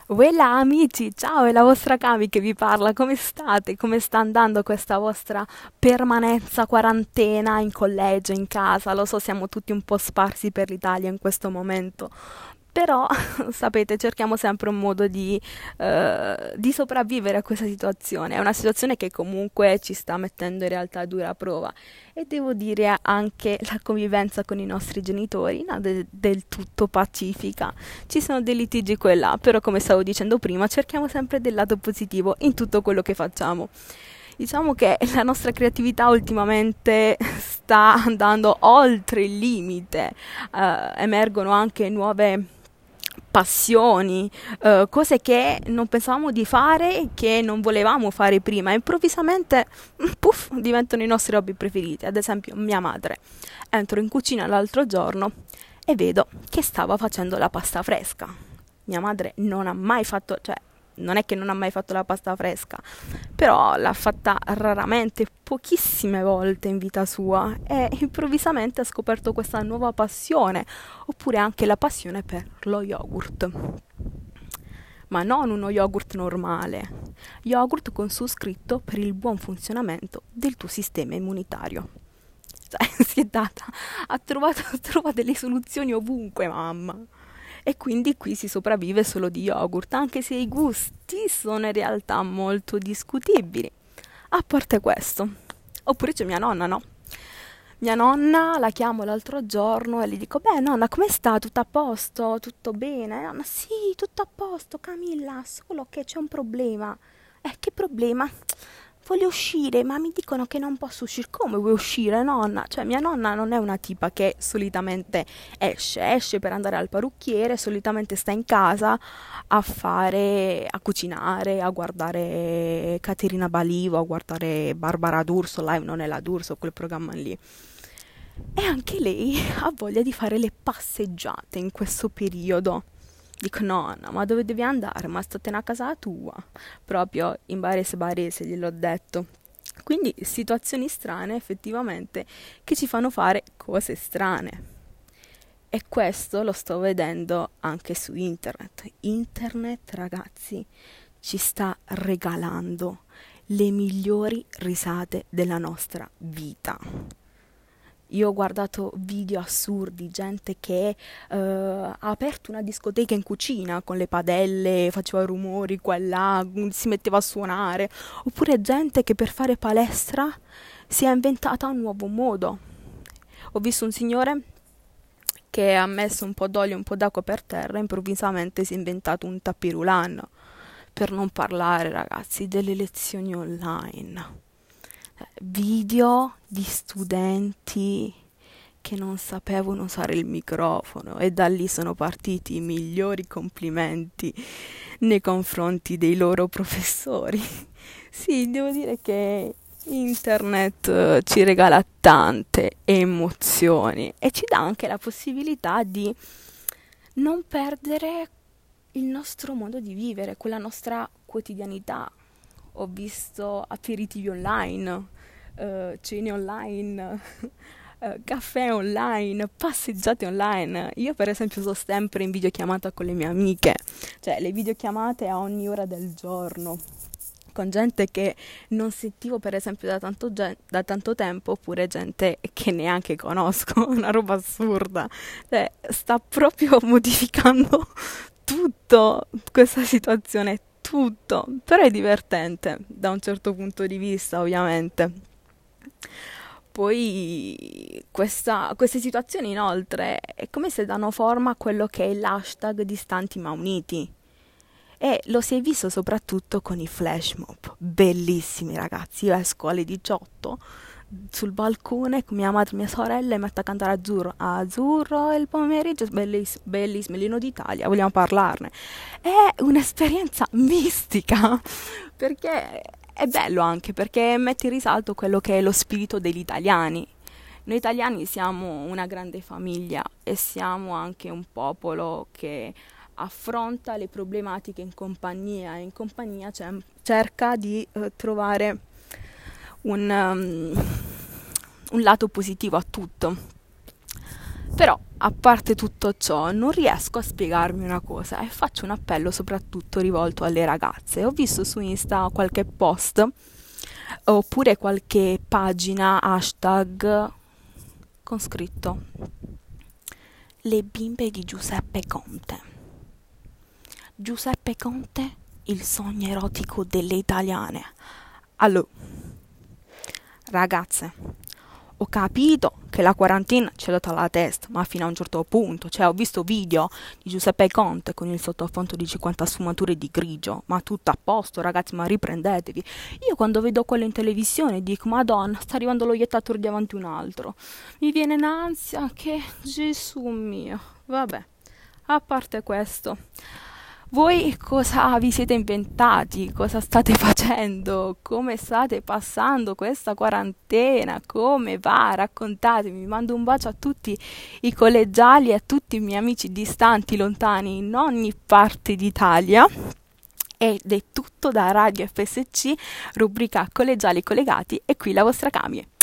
Uela amici, ciao, è la vostra Cami che vi parla, come state? Come sta andando questa vostra permanenza quarantena in collegio, in casa? Lo so, siamo tutti un po' sparsi per l'Italia in questo momento, però sapete, cerchiamo sempre un modo di sopravvivere a questa situazione. È una situazione che comunque ci sta mettendo in realtà a dura prova e devo dire anche la convivenza con i nostri genitori non è del tutto pacifica. Ci sono dei litigi qua e là, però come stavo dicendo prima, cerchiamo sempre del lato positivo in tutto quello che facciamo. Diciamo che la nostra creatività ultimamente sta andando oltre il limite, emergono anche nuove passioni, cose che non pensavamo di fare, che non volevamo fare prima, improvvisamente, puff, diventano i nostri hobby preferiti. Ad esempio, mia madre. Entro in cucina l'altro giorno e vedo che stava facendo la pasta fresca. Mia madre non ha mai fatto, cioè, non è che non ha mai fatto la pasta fresca, però l'ha fatta raramente, pochissime volte in vita sua e improvvisamente ha scoperto questa nuova passione, oppure anche la passione per lo yogurt. Ma non uno yogurt normale, yogurt con su scritto per il buon funzionamento del tuo sistema immunitario. Cioè, si è data, trova delle soluzioni ovunque, mamma. E quindi qui si sopravvive solo di yogurt, anche se i gusti sono in realtà molto discutibili. A parte questo. Oppure c'è mia nonna, no? Mia nonna la chiamo l'altro giorno e le dico: Beh, nonna, come sta? Tutto a posto? Tutto bene? Nonna, sì, tutto a posto, Camilla, solo che c'è un problema. Che problema? Voglio uscire, ma mi dicono che non posso uscire. Come vuoi uscire, nonna? Cioè, mia nonna non è una tipa che solitamente esce per andare al parrucchiere, solitamente sta in casa a cucinare, a guardare Caterina Balivo, a guardare Barbara D'Urso, live non è la D'Urso, quel programma lì. E anche lei ha voglia di fare le passeggiate in questo periodo. Dico, nonna, ma dove devi andare? Ma statene a casa tua. Proprio in barese gliel'ho detto. Quindi situazioni strane effettivamente che ci fanno fare cose strane. E questo lo sto vedendo anche su internet. Internet, ragazzi, ci sta regalando le migliori risate della nostra vita. Io ho guardato video assurdi, gente che ha aperto una discoteca in cucina con le padelle, faceva rumori qua e là, si metteva a suonare, oppure gente che per fare palestra si è inventata un nuovo modo. Ho visto un signore che ha messo un po' d'olio e un po' d'acqua per terra e improvvisamente si è inventato un tapirulan. Per non parlare, ragazzi, delle lezioni online. Video di studenti che non sapevano usare il microfono e da lì sono partiti i migliori complimenti nei confronti dei loro professori. Sì, devo dire che internet ci regala tante emozioni e ci dà anche la possibilità di non perdere il nostro modo di vivere, quella nostra quotidianità. Ho visto aperitivi online, cene online, caffè online, passeggiate online. Io per esempio sto sempre in videochiamata con le mie amiche, cioè le videochiamate a ogni ora del giorno, con gente che non sentivo per esempio da tanto tempo, oppure gente che neanche conosco, una roba assurda. Cioè, sta proprio modificando tutto questa situazione, tutto, però è divertente da un certo punto di vista, ovviamente. Poi queste situazioni inoltre è come se danno forma a quello che è l'hashtag distanti ma uniti. E lo si è visto soprattutto con i flash mob, bellissimi ragazzi. Io esco alle 18 sul balcone con mia madre e mia sorella e metto a cantare Azzurro. Azzurro il pomeriggio, bellissimo, bellissimo, l'Inno d'Italia, vogliamo parlarne. È un'esperienza mistica, perché è bello anche, perché mette in risalto quello che è lo spirito degli italiani. Noi italiani siamo una grande famiglia e siamo anche un popolo che affronta le problematiche in compagnia e in compagnia cerca di trovare un lato positivo a tutto. Però, a parte tutto ciò, non riesco a spiegarmi una cosa e faccio un appello soprattutto rivolto alle ragazze. Ho visto su Insta qualche post oppure qualche pagina hashtag con scritto le bimbe di Giuseppe Conte. Giuseppe Conte, il sogno erotico delle italiane. Allora, ragazze, ho capito che la quarantina ce l'ho tra la testa, ma fino a un certo punto. Cioè, ho visto video di Giuseppe Conte con il sottofondo di 50 sfumature di grigio, ma tutto a posto, ragazzi, ma riprendetevi. Io quando vedo quello in televisione dico, Madonna, sta arrivando lo iettatore davanti un altro. Mi viene un'ansia che, Gesù mio, vabbè, a parte questo. Voi cosa vi siete inventati? Cosa state facendo? Come state passando questa quarantena? Come va? Raccontatemi. Mando un bacio a tutti i collegiali e a tutti i miei amici distanti, lontani, in ogni parte d'Italia. Ed è tutto da Radio FSC, rubrica Collegiali Collegati, e qui la vostra Camie.